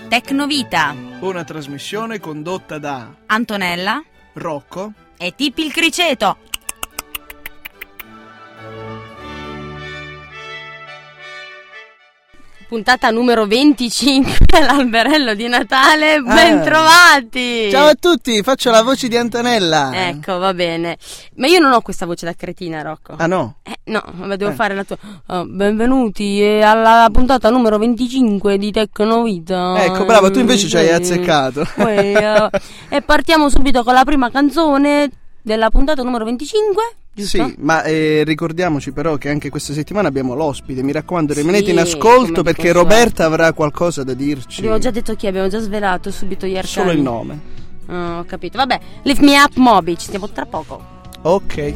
Tecnovita. Una trasmissione condotta da Antonella, Rocco e Tippi il Criceto. Puntata numero 25, l'alberello di Natale, ben trovati! Ciao a tutti, faccio la voce di Antonella. Ecco, va bene. Ma io non ho questa voce da cretina, Rocco. Ah no? No, vabbè, devo fare la tua. Benvenuti alla puntata numero 25 di Tecnovita. Ecco, bravo, tu invece ci hai azzeccato. E partiamo subito con la prima canzone della puntata numero 25. Giusto? Sì, ma ricordiamoci però che anche questa settimana abbiamo l'ospite. Mi raccomando, rimanete in ascolto perché Roberta avrà qualcosa da dirci. Abbiamo già detto chi, abbiamo già svelato subito gli arcani. Solo il nome. Ho capito. Vabbè, Lift Me Up Moby, ci stiamo tra poco. Ok.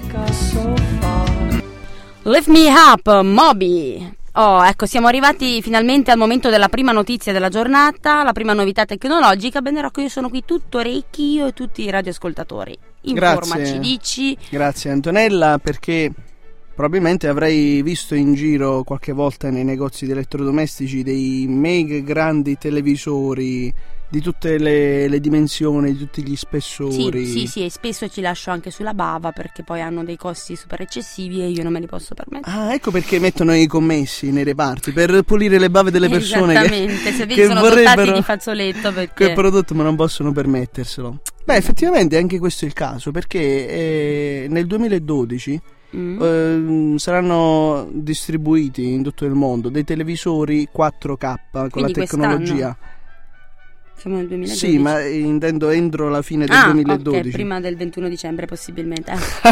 Lift Me Up Moby. Oh, ecco, siamo arrivati finalmente al momento della prima notizia della giornata, la prima novità tecnologica. Bene, Rocco, io sono qui tutto orecchi, io e tutti i radioascoltatori. Informaci, dici. Grazie Antonella, perché probabilmente avrai visto in giro qualche volta nei negozi di elettrodomestici dei mega grandi televisori di tutte le dimensioni, di tutti gli spessori. Sì, e spesso ci lascio anche sulla bava perché poi hanno dei costi super eccessivi e io non me li posso permettere. Ah, ecco perché mettono i commessi nei reparti, per pulire le bave delle persone. Esattamente, se vedi sono dotati di fazzoletto perché quel prodotto ma non possono permetterselo. Beh, effettivamente anche questo è il caso, perché nel 2012 saranno distribuiti in tutto il mondo dei televisori 4K con quindi la tecnologia. Quest'anno? Siamo nel 2012. Sì, ma intendo entro la fine del 2012. Ok, prima del 21 dicembre possibilmente.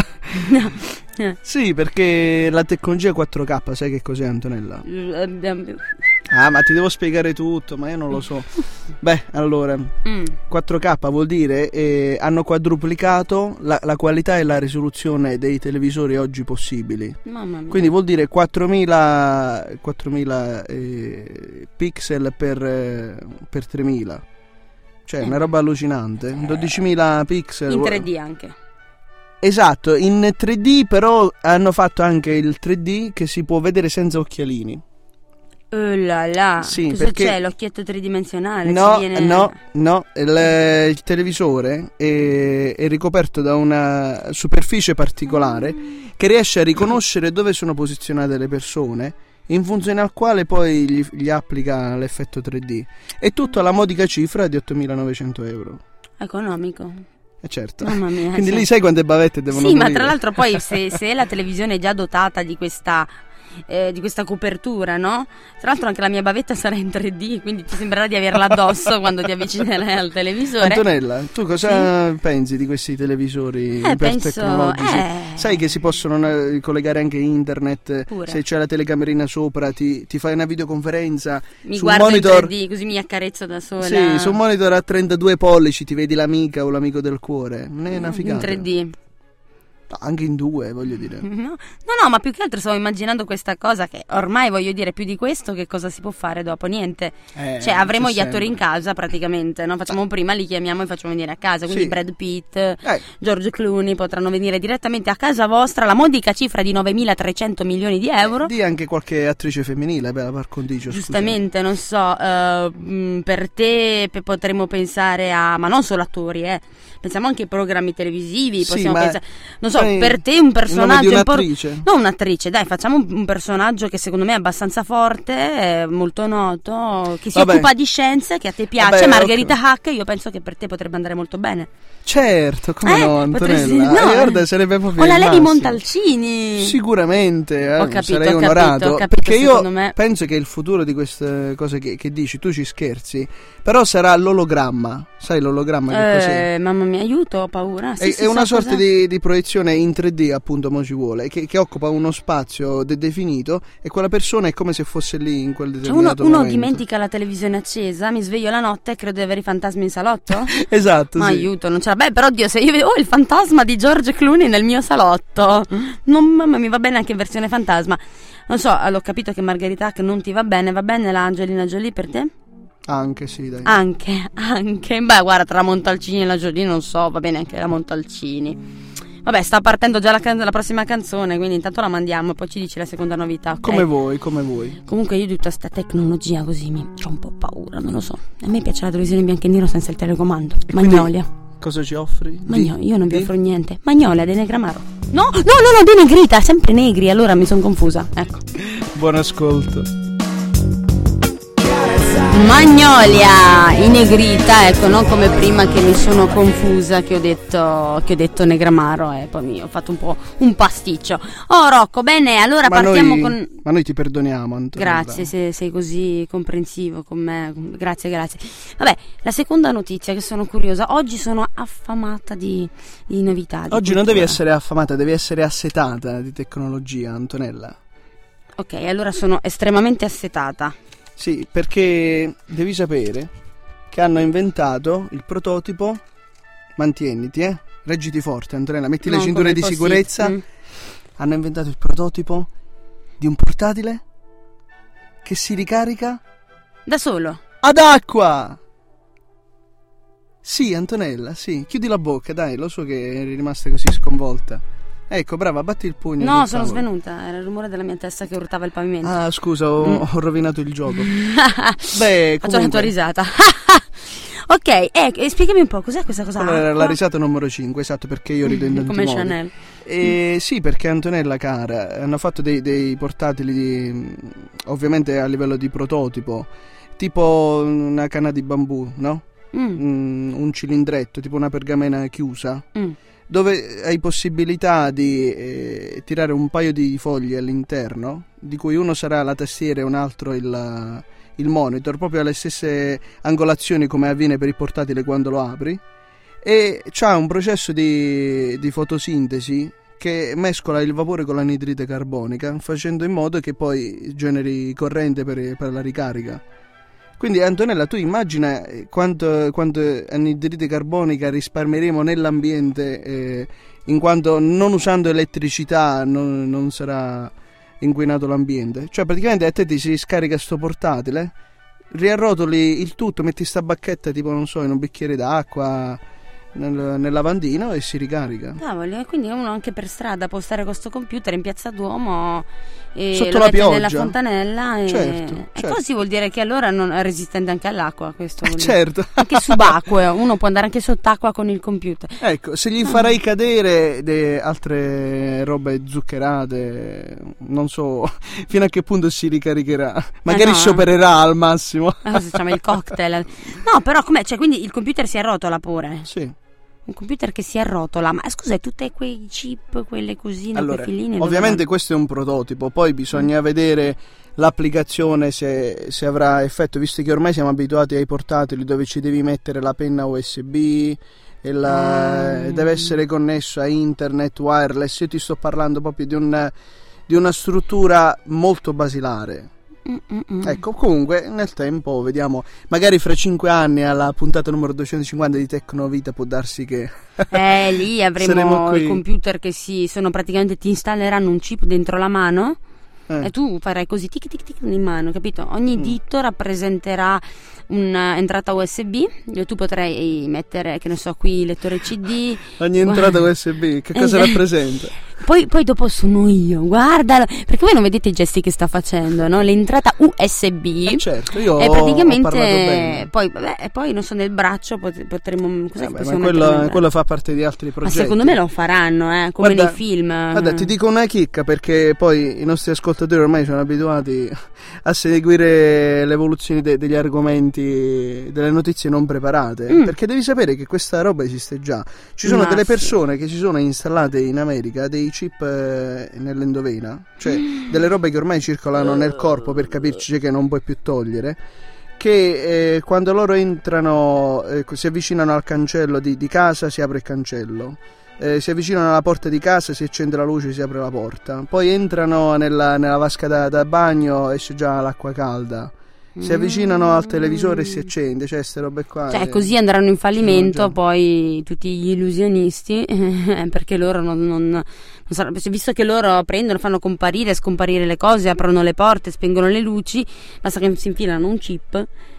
Sì, perché la tecnologia 4K, sai che cos'è, Antonella? Ah, ma ti devo spiegare tutto, ma io non lo so. Beh, allora 4K vuol dire hanno quadruplicato la qualità e la risoluzione dei televisori oggi possibili. Mamma mia. Quindi vuol dire 4000 pixel per 3000. Cioè una roba allucinante. 12.000 pixel in 3D anche. Esatto, in 3D, però hanno fatto anche il 3D che si può vedere senza occhialini. Oh là là, sì, cosa perché c'è? L'occhietto tridimensionale? No, ci viene... no, il televisore è ricoperto da una superficie particolare che riesce a riconoscere dove sono posizionate le persone, in funzione al quale poi gli applica l'effetto 3D. E tutto alla modica cifra di 8.900 euro. Economico. Certo. Mamma mia. Quindi lì sai quante bavette devono Sì, morire. ma tra l'altro poi se la televisione è già dotata di questa copertura, no? Tra l'altro anche la mia bavetta sarà in 3D, quindi ti sembrerà di averla addosso quando ti avvicinerai al televisore. Antonella, tu cosa pensi di questi televisori ipertecnologici? Sai che si possono collegare anche internet. Pure. Se c'è la telecamerina sopra ti fai una videoconferenza mi su guardo un monitor, in 3D, così mi accarezzo da sola. Sì, su un monitor a 32 pollici ti vedi l'amica o l'amico del cuore. Non è una figata. In 3D. Anche in 2, voglio dire. No, ma più che altro stavo immaginando questa cosa che ormai, voglio dire, più di questo che cosa si può fare dopo? Niente. Cioè avremo gli attori in casa praticamente, no? Facciamo prima, li chiamiamo e facciamo venire a casa. Quindi sì. Brad Pitt, George Clooney potranno venire direttamente a casa vostra. La modica cifra di 9.300 milioni di euro. Di anche qualche attrice femminile, par condicio. Giustamente, non so, per te potremmo pensare a, ma non solo attori, pensiamo anche ai programmi televisivi, possiamo pensare, non so, per te un personaggio non un'attrice, dai, facciamo un personaggio che secondo me è abbastanza forte, molto noto, che si occupa di scienze, che a te piace. Margherita Hack, io penso che per te potrebbe andare molto bene. Certo, come no, Antonella. Guarda, sarebbe proprio o la Lady Montalcini. Sicuramente, sarei onorato. Perché io penso che il futuro di queste cose che dici, tu ci scherzi, però sarà l'ologramma. Sai l'ologramma che cos'è? Mamma mia, aiuto, ho paura. È una sorta di proiezione in 3D, appunto, mo ci vuole, che occupa uno spazio definito e quella persona è come se fosse lì in quel determinato momento. Uno dimentica la televisione accesa, mi sveglio la notte e credo di avere i fantasmi in salotto? Esatto, ma sì. Aiuto, non ce la... Beh, però Dio, se io vedo il fantasma di George Clooney nel mio salotto, mamma, mi va bene anche in versione fantasma. Non so, l'ho capito che Margherita che non ti va bene la Angelina Jolie per te? Anche sì, dai. Anche. Beh, guarda, tra la Montalcini e la Jolie non so, va bene anche la Montalcini. Vabbè, sta partendo già la prossima canzone, quindi intanto la mandiamo e poi ci dici la seconda novità. Okay? Come vuoi. Comunque io di tutta sta tecnologia così c'ho un po' paura, non lo so. A me piace la televisione in bianco e nero senza il telecomando. E Magnolia. Cosa ci offri? Io non vi offro niente. Magnolia di Negramaro. No, di Negrita, sempre Negri, allora mi sono confusa. Ecco. Buon ascolto. Magnolia in Negrita, ecco, non come prima che mi sono confusa, che ho detto Negramaro e poi mi ho fatto un po' un pasticcio. Oh Rocco, bene, allora partiamo con... Ma noi ti perdoniamo, Antonella. Grazie, se sei così comprensivo con me, grazie. Vabbè, la seconda notizia che sono curiosa, oggi sono affamata di novità. Oggi non devi essere affamata, devi essere assetata di tecnologia, Antonella. Ok, allora sono estremamente assetata. Sì, perché devi sapere che hanno inventato il prototipo. Mantieniti, reggiti forte, Antonella, metti le cinture di sicurezza. Hanno inventato il prototipo di un portatile che si ricarica da solo ad acqua. Sì, Antonella, sì, chiudi la bocca, dai, lo so che eri rimasta così sconvolta. Ecco, brava, batti il pugno. No, sono svenuta, era il rumore della mia testa che urtava il pavimento. Ah, scusa, ho rovinato il gioco. Beh, faccio la tua risata. Ok, spiegami un po', cos'è questa cosa? La risata numero 5, esatto, perché io rido in tanti come modi. Chanel. Sì, perché Antonella cara, hanno fatto dei portatili ovviamente a livello di prototipo, tipo una canna di bambù, no? Un cilindretto, tipo una pergamena chiusa. Dove hai possibilità di tirare un paio di fogli all'interno, di cui uno sarà la tastiera e un altro il monitor, proprio alle stesse angolazioni come avviene per il portatile quando lo apri, e c'ha un processo di fotosintesi che mescola il vapore con l'anidride carbonica, facendo in modo che poi generi corrente per la ricarica. Quindi Antonella, tu immagina quanto anidride carbonica risparmieremo nell'ambiente, in quanto non usando elettricità non sarà inquinato l'ambiente. Cioè praticamente a te ti si scarica sto portatile, riarrotoli il tutto, metti sta bacchetta tipo non so in un bicchiere d'acqua nel lavandino e si ricarica. Cavoli, quindi uno anche per strada può stare con sto computer in Piazza Duomo e sotto lo la pioggia nella fontanella e... certo. E così vuol dire che allora non è resistente anche all'acqua, questo vuol dire. Certo. Anche subacqueo, uno può andare anche sott'acqua con il computer. Ecco, se gli farai cadere altre robe zuccherate, non so fino a che punto si ricaricherà. Magari sciopererà al massimo. Facciamo il cocktail. No, però com'è? Cioè, quindi il computer si arrotola pure? Sì. Un computer che si arrotola, ma scusa, tutte quei chip, quelle cosine, allora, quei filini. ovviamente questo è un prototipo, poi bisogna vedere l'applicazione se avrà effetto, visto che ormai siamo abituati ai portatili dove ci devi mettere la penna USB e deve essere connesso a internet wireless. Io ti sto parlando proprio di una struttura molto basilare. Ecco, comunque nel tempo vediamo, magari fra 5 anni alla puntata numero 250 di Tecnovita può darsi che lì avremo i computer che sono praticamente, ti installeranno un chip dentro la mano e tu farai così tic tic tic in mano, capito? Ogni dito rappresenterà un'entrata USB e tu potrai mettere, che ne so, qui il lettore CD. Ogni entrata USB che cosa rappresenta? Poi dopo sono io, guardalo, perché voi non vedete i gesti che sta facendo, no? L'entrata USB. Certo, io e praticamente ho parlato bene. Poi non so, nel braccio potremo ma quello fa parte di altri progetti. Ma secondo me lo faranno, come nei film. Guarda, ti dico una chicca, perché poi i nostri ascoltatori ormai sono abituati a seguire l'evoluzione degli argomenti, delle notizie non preparate, perché devi sapere che questa roba esiste già. Ci sono delle persone che si sono installate in America dei chip nell'endovena, cioè delle robe che ormai circolano nel corpo, per capirci, che non puoi più togliere, che quando loro entrano, si avvicinano al cancello di casa, si apre il cancello, si avvicinano alla porta di casa, si accende la luce, si apre la porta, poi entrano nella vasca da bagno, esce già l'acqua calda, si avvicinano al televisore e si accende, cioè queste robe qua. Cioè così andranno in fallimento poi tutti gli illusionisti, perché loro non saranno, visto che loro prendono, fanno comparire e scomparire le cose, aprono le porte, spengono le luci, basta che si infilano un chip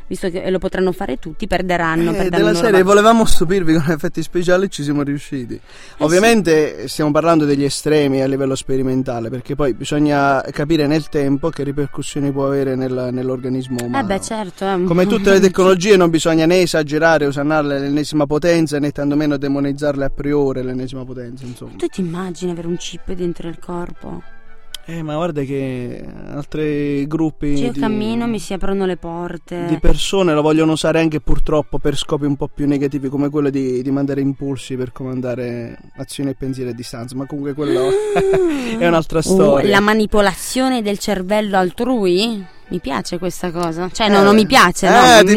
visto che lo potranno fare tutti, perderanno della serie volevamo stupirvi con effetti speciali e ci siamo riusciti. Ovviamente stiamo parlando degli estremi a livello sperimentale, perché poi bisogna capire nel tempo che ripercussioni può avere nell'organismo umano. Certo. Come tutte le tecnologie non bisogna né esagerare usarle all'ennesima potenza, né tantomeno demonizzarle a priori all'ennesima potenza, insomma. Tu ti immagini avere un chip dentro il corpo? Ma guarda che altri gruppi io cammino, mi si aprono le porte di persone lo vogliono usare anche purtroppo per scopi un po' più negativi, come quello di mandare impulsi per comandare azioni e pensieri a distanza, ma comunque quello è un'altra storia. La manipolazione del cervello altrui? Mi piace questa cosa. Cioè non mi piace,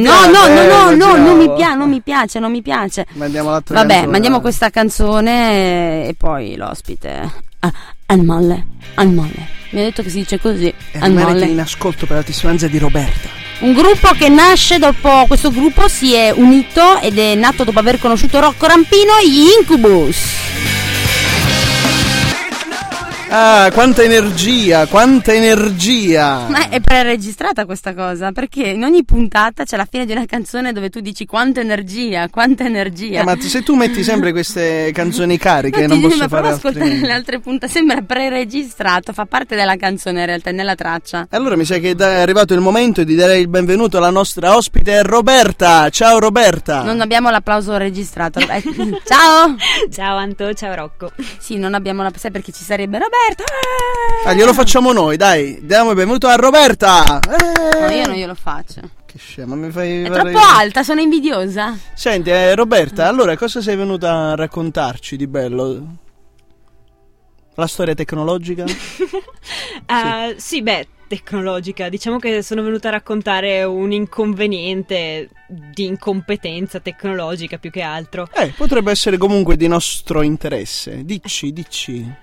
non mi piace. Vabbè, mandiamo questa canzone e poi l'ospite. Al molle. Mi ha detto che si dice così. Rimanete in ascolto per la testimonianza di Roberta. Un gruppo che nasce dopo. Questo gruppo si è unito ed è nato dopo aver conosciuto Rocco Rampino, gli Incubus. Quanta energia! Ma è preregistrata questa cosa, perché in ogni puntata c'è la fine di una canzone dove tu dici quanta energia. Ma se tu metti sempre queste canzoni cariche, non posso fare ascoltare le altre puntate, sembra preregistrato, fa parte della canzone in realtà, nella traccia. Allora mi sa che è arrivato il momento di dare il benvenuto alla nostra ospite Roberta. Ciao Roberta! Non abbiamo l'applauso registrato. Ciao! Ciao Anto, ciao Rocco. Sì, non abbiamo sai perché ci sarebbe Roberta. Glielo facciamo noi, dai. Diamo il benvenuto a Roberta. No, io non glielo faccio. Che scema, mi fai. È troppo alta, sono invidiosa. Senti, Roberta, allora cosa sei venuta a raccontarci di bello? La storia tecnologica? Sì, tecnologica. Diciamo che sono venuta a raccontare un inconveniente di incompetenza tecnologica più che altro. Potrebbe essere comunque di nostro interesse. Dici.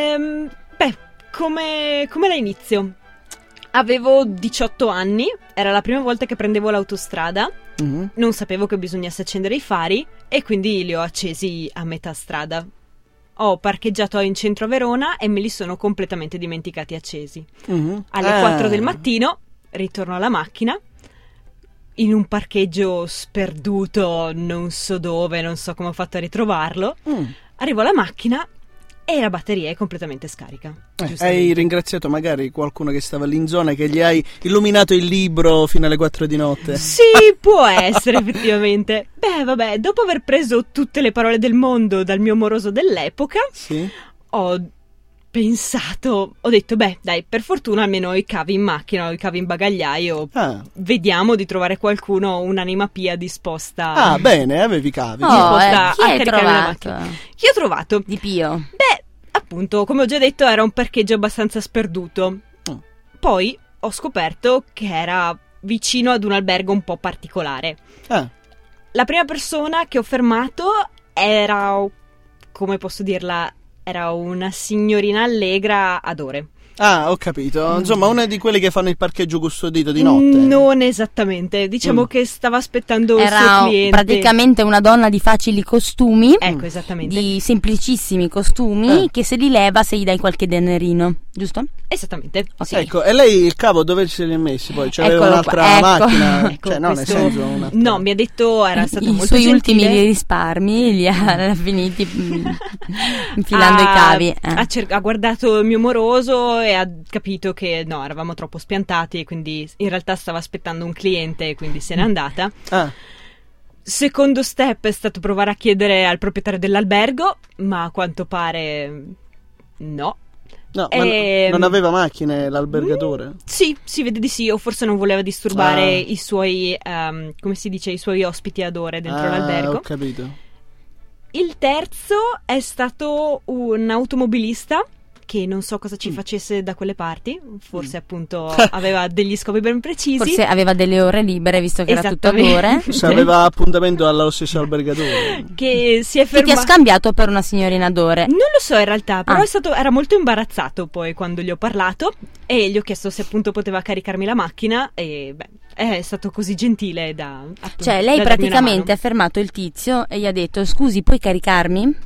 Come la inizio? Avevo 18 anni, era la prima volta che prendevo l'autostrada, non sapevo che bisognasse accendere i fari e quindi li ho accesi a metà strada. Ho parcheggiato in centro a Verona e me li sono completamente dimenticati accesi. Alle 4 del mattino ritorno alla macchina, in un parcheggio sperduto, non so dove, non so come ho fatto a ritrovarlo. Arrivo alla macchina e la batteria è completamente scarica. Hai ringraziato magari qualcuno che stava lì in zona, che gli hai illuminato il libro fino alle 4 di notte? Sì, può essere effettivamente. Vabbè, dopo aver preso tutte le parole del mondo dal mio moroso dell'epoca, sì, ho detto, dai, per fortuna almeno ho i cavi in macchina, ho i cavi in bagagliaio, vediamo di trovare qualcuno, un'anima pia disposta. Bene, avevi i cavi. Disposta chi a hai caricare la trovato? macchina. Chi ho trovato? Di Pio. Appunto, come ho già detto, era un parcheggio abbastanza sperduto. Poi ho scoperto che era vicino ad un albergo un po' particolare. La prima persona che ho fermato era, come posso dirla, era una signorina allegra ad ore. Ho capito. Insomma, una di quelle che fanno il parcheggio custodito di notte. Non esattamente. Diciamo che stava aspettando il suo cliente. Praticamente una donna di facili costumi. Ecco, esattamente. Di semplicissimi costumi che se li leva se gli dai qualche denerino, giusto? Esattamente. Okay. Ecco, e lei il cavo dove se li ha messi poi? C'aveva un'altra macchina? Ecco, cioè, no, nel senso un'altra. No, mi ha detto era stato molto suoi gentile. ultimi risparmi li ha finiti infilando i cavi. Ha guardato il mio moroso e ha capito che no, eravamo troppo spiantati e quindi in realtà stava aspettando un cliente e quindi se n'è andata. Secondo step è stato provare a chiedere al proprietario dell'albergo, ma a quanto pare no. No, ma non aveva macchine l'albergatore? Sì, si vede di sì, o forse non voleva disturbare i suoi, come si dice, i suoi ospiti ad ore dentro l'albergo. Ho capito. Il terzo è stato un automobilista che non so cosa ci facesse da quelle parti, forse appunto aveva degli scopi ben precisi. Forse aveva delle ore libere visto che era tutto ad ore. Se aveva appuntamento allo stesso albergatore. Che si è fermato. Chi ti ha scambiato per una signorina d'ore? Non lo so in realtà, però era molto imbarazzato poi quando gli ho parlato e gli ho chiesto se appunto poteva caricarmi la macchina e è stato così gentile da appunto, cioè lei praticamente ha fermato il tizio e gli ha detto: scusi, puoi caricarmi?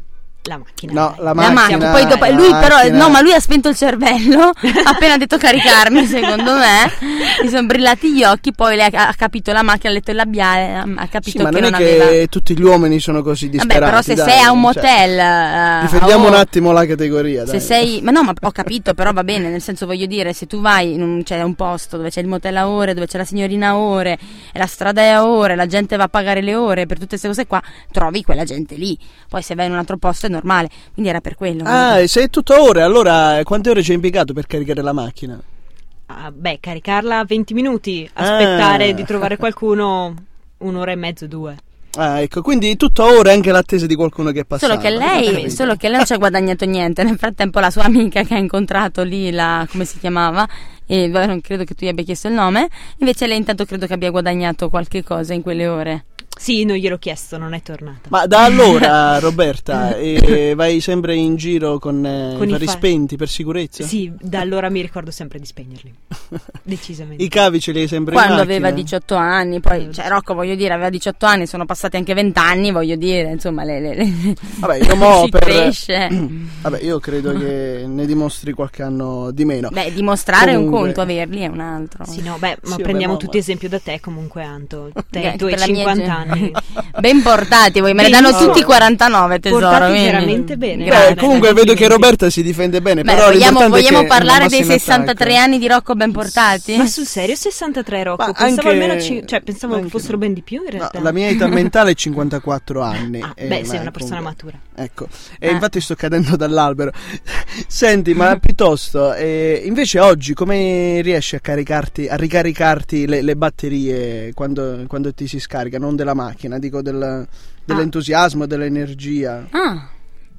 La macchina. No, la La macchina. poi dopo, la lui però macchina. no, ma lui ha spento il cervello appena ha detto caricarmi, secondo me mi sono brillati gli occhi, poi lei ha capito la macchina, ha letto il labiale, ha capito Sì, ma che non non è che aveva. tutti gli uomini sono così disperati. Vabbè, però se dai, sei a un cioè, motel difendiamo un attimo la categoria, se dai. sei, ma no, ma ho capito, però va bene, nel senso, voglio dire, se tu vai c'è un posto dove c'è il motel a ore, dove c'è la signorina a ore e la strada è a ore, la gente va a pagare le ore per tutte queste cose qua, trovi quella gente lì. Poi se vai in un altro posto è normale, quindi era per quello. Ah, e se è tutto ore, allora quante ore ci hai impiegato per caricare la macchina? Caricarla 20 minuti, aspettare di trovare qualcuno 1 ora e mezzo, 2. Ah, ecco, quindi tutto ore anche l'attesa di qualcuno che è passato. Solo che lei non ci ha guadagnato niente. Nel frattempo la sua amica che ha incontrato lì, come si chiamava, e non credo che tu gli abbia chiesto il nome, invece lei intanto credo che abbia guadagnato qualche cosa in quelle ore. Sì, non gliel'ho chiesto, non è tornata. Ma da allora, Roberta, vai sempre in giro con i fari spenti per sicurezza? Sì, da allora mi ricordo sempre di spegnerli. Decisamente. I cavi ce li hai sempre Quando in macchina? aveva 18 anni, poi, cioè Rocco, voglio dire, aveva 18 anni, sono passati anche 20 anni, voglio dire, insomma, Vabbè, io mo si cresce. Vabbè, io credo che ne dimostri qualche anno di meno. Beh, dimostrare Comunque... un conto, averli è un altro. Sì, no, beh, ma Sì, prendiamo vabbè, tutti esempio da te comunque, Anto. Te, tu hai Per la mia 50 anni. Ben portati, voi me ne danno Benissimo. tutti 49, tesoro. Portati quindi. veramente bene. Beh, comunque vedo che Roberta si difende bene. Beh, però l'importante vogliamo è che parlare non dei passi in 63 attacco. anni di Rocco ben portati? Ma sul serio 63, Rocco? Ma Pensavo anche- almeno pensavo anche che fossero ben di più in No, realtà. la mia età mentale è 54 anni. Beh, sei ma una persona comunque- matura. Ecco, e infatti sto cadendo dall'albero. Senti, ma piuttosto, invece oggi come riesci a ricaricarti le batterie quando ti si scarica? Non della macchina, dico dell'entusiasmo, dell'energia. Ah.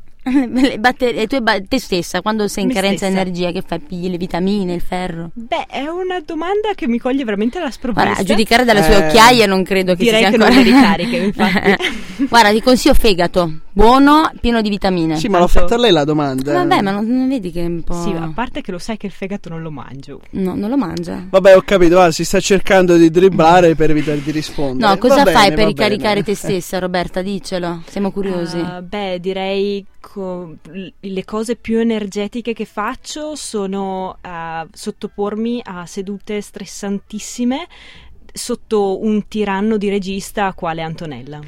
Te stessa, quando sei in Me carenza di stessa. energia, che fai? Pigli le vitamine, il ferro? Beh, è una domanda che mi coglie veramente alla sprovvista. Guarda, a giudicare dalle sue occhiaie non credo che direi sia che non ancora... le ricariche, infatti. Guarda, ti consiglio fegato, buono, pieno di vitamine. Sì, ma l'ho Tanto- fatta a lei la domanda. Vabbè, ma non vedi che è un po'... Sì, a parte che lo sai che il fegato non lo mangio. No, non lo mangia. Vabbè, ho capito, si sta cercando di dribblare per evitare di rispondere. No, cosa Va fai bene, per va ricaricare bene. te stessa, Roberta? Diccelo, siamo curiosi. Beh, direi le cose più energetiche che faccio sono sottopormi a sedute stressantissime sotto un tiranno di regista quale Antonella.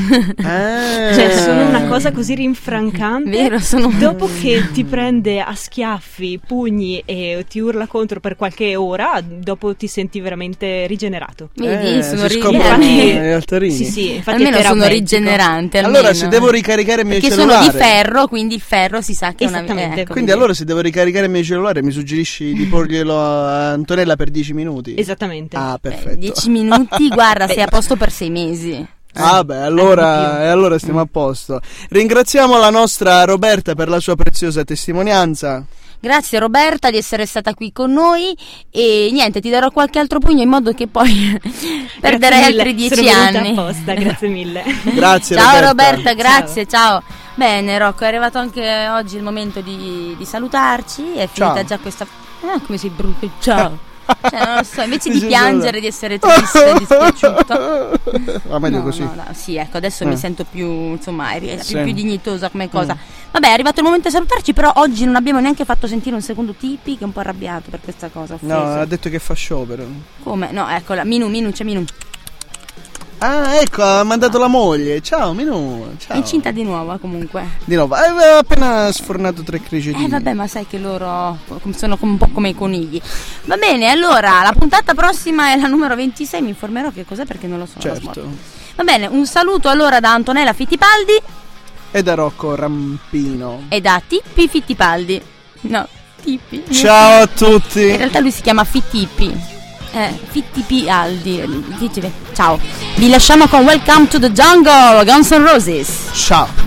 Cioè, sono una cosa così rinfrancante. Vero, sono... Dopo che ti prende a schiaffi, pugni e ti urla contro per qualche ora, dopo ti senti veramente rigenerato. Vedi, sono si scoprono Infatti- gli altarini. Sì, infatti almeno è sono terapeutico. rigenerante. Allora, almeno. se devo ricaricare il mio Perché cellulare, sono di ferro, quindi il ferro si sa che è una... Esattamente. ecco, quindi allora se devo ricaricare il mio cellulare mi suggerisci di porglielo a Antonella per 10 minuti? Esattamente. Ah, perfetto. 10 minuti, guarda, sei a posto per 6 mesi. Ah beh, anche più. allora stiamo a posto. Ringraziamo la nostra Roberta per la sua preziosa testimonianza. Grazie Roberta di essere stata qui con noi e niente, ti darò qualche altro pugno in modo che poi perderai Grazie mille, altri 10 sono venuta anni. apposta, grazie mille. Grazie Ciao Roberta. Roberta, grazie, ciao. Bene Rocco, è arrivato anche oggi il momento di salutarci, è finita Ciao. già questa... come sei brutto, ciao. Cioè, non lo so, invece di Dice piangere, di essere triste, dispiaciuto. Va meglio No, così. no, sì, ecco, adesso mi sento più, insomma, è Sì. più dignitosa come cosa. Vabbè, è arrivato il momento di salutarci, però oggi non abbiamo neanche fatto sentire un secondo Tipi, che è un po' arrabbiato per questa cosa, offeso. No, ha detto che fa sciopero. Come? No, eccola, Minu, c'è Minu. Ah, ecco, ha mandato la moglie. Ciao, Minu. Ciao. È incinta di nuovo, comunque. Di nuovo, aveva appena sfornato 3 cricetini. Vabbè, ma sai che loro sono un po' come i conigli. Va bene, allora, la puntata prossima è la numero 26, mi informerò che cos'è perché non lo so. Certo. Va bene, un saluto allora da Antonella Fittipaldi E da Rocco Rampino. e da Tippi Fittipaldi. No, Tippi. Ciao a tutti. In realtà lui si chiama Fittipi. Fittipi Aldi. Ciao. Vi lasciamo con Welcome to the Jungle, Guns N' Roses. Ciao.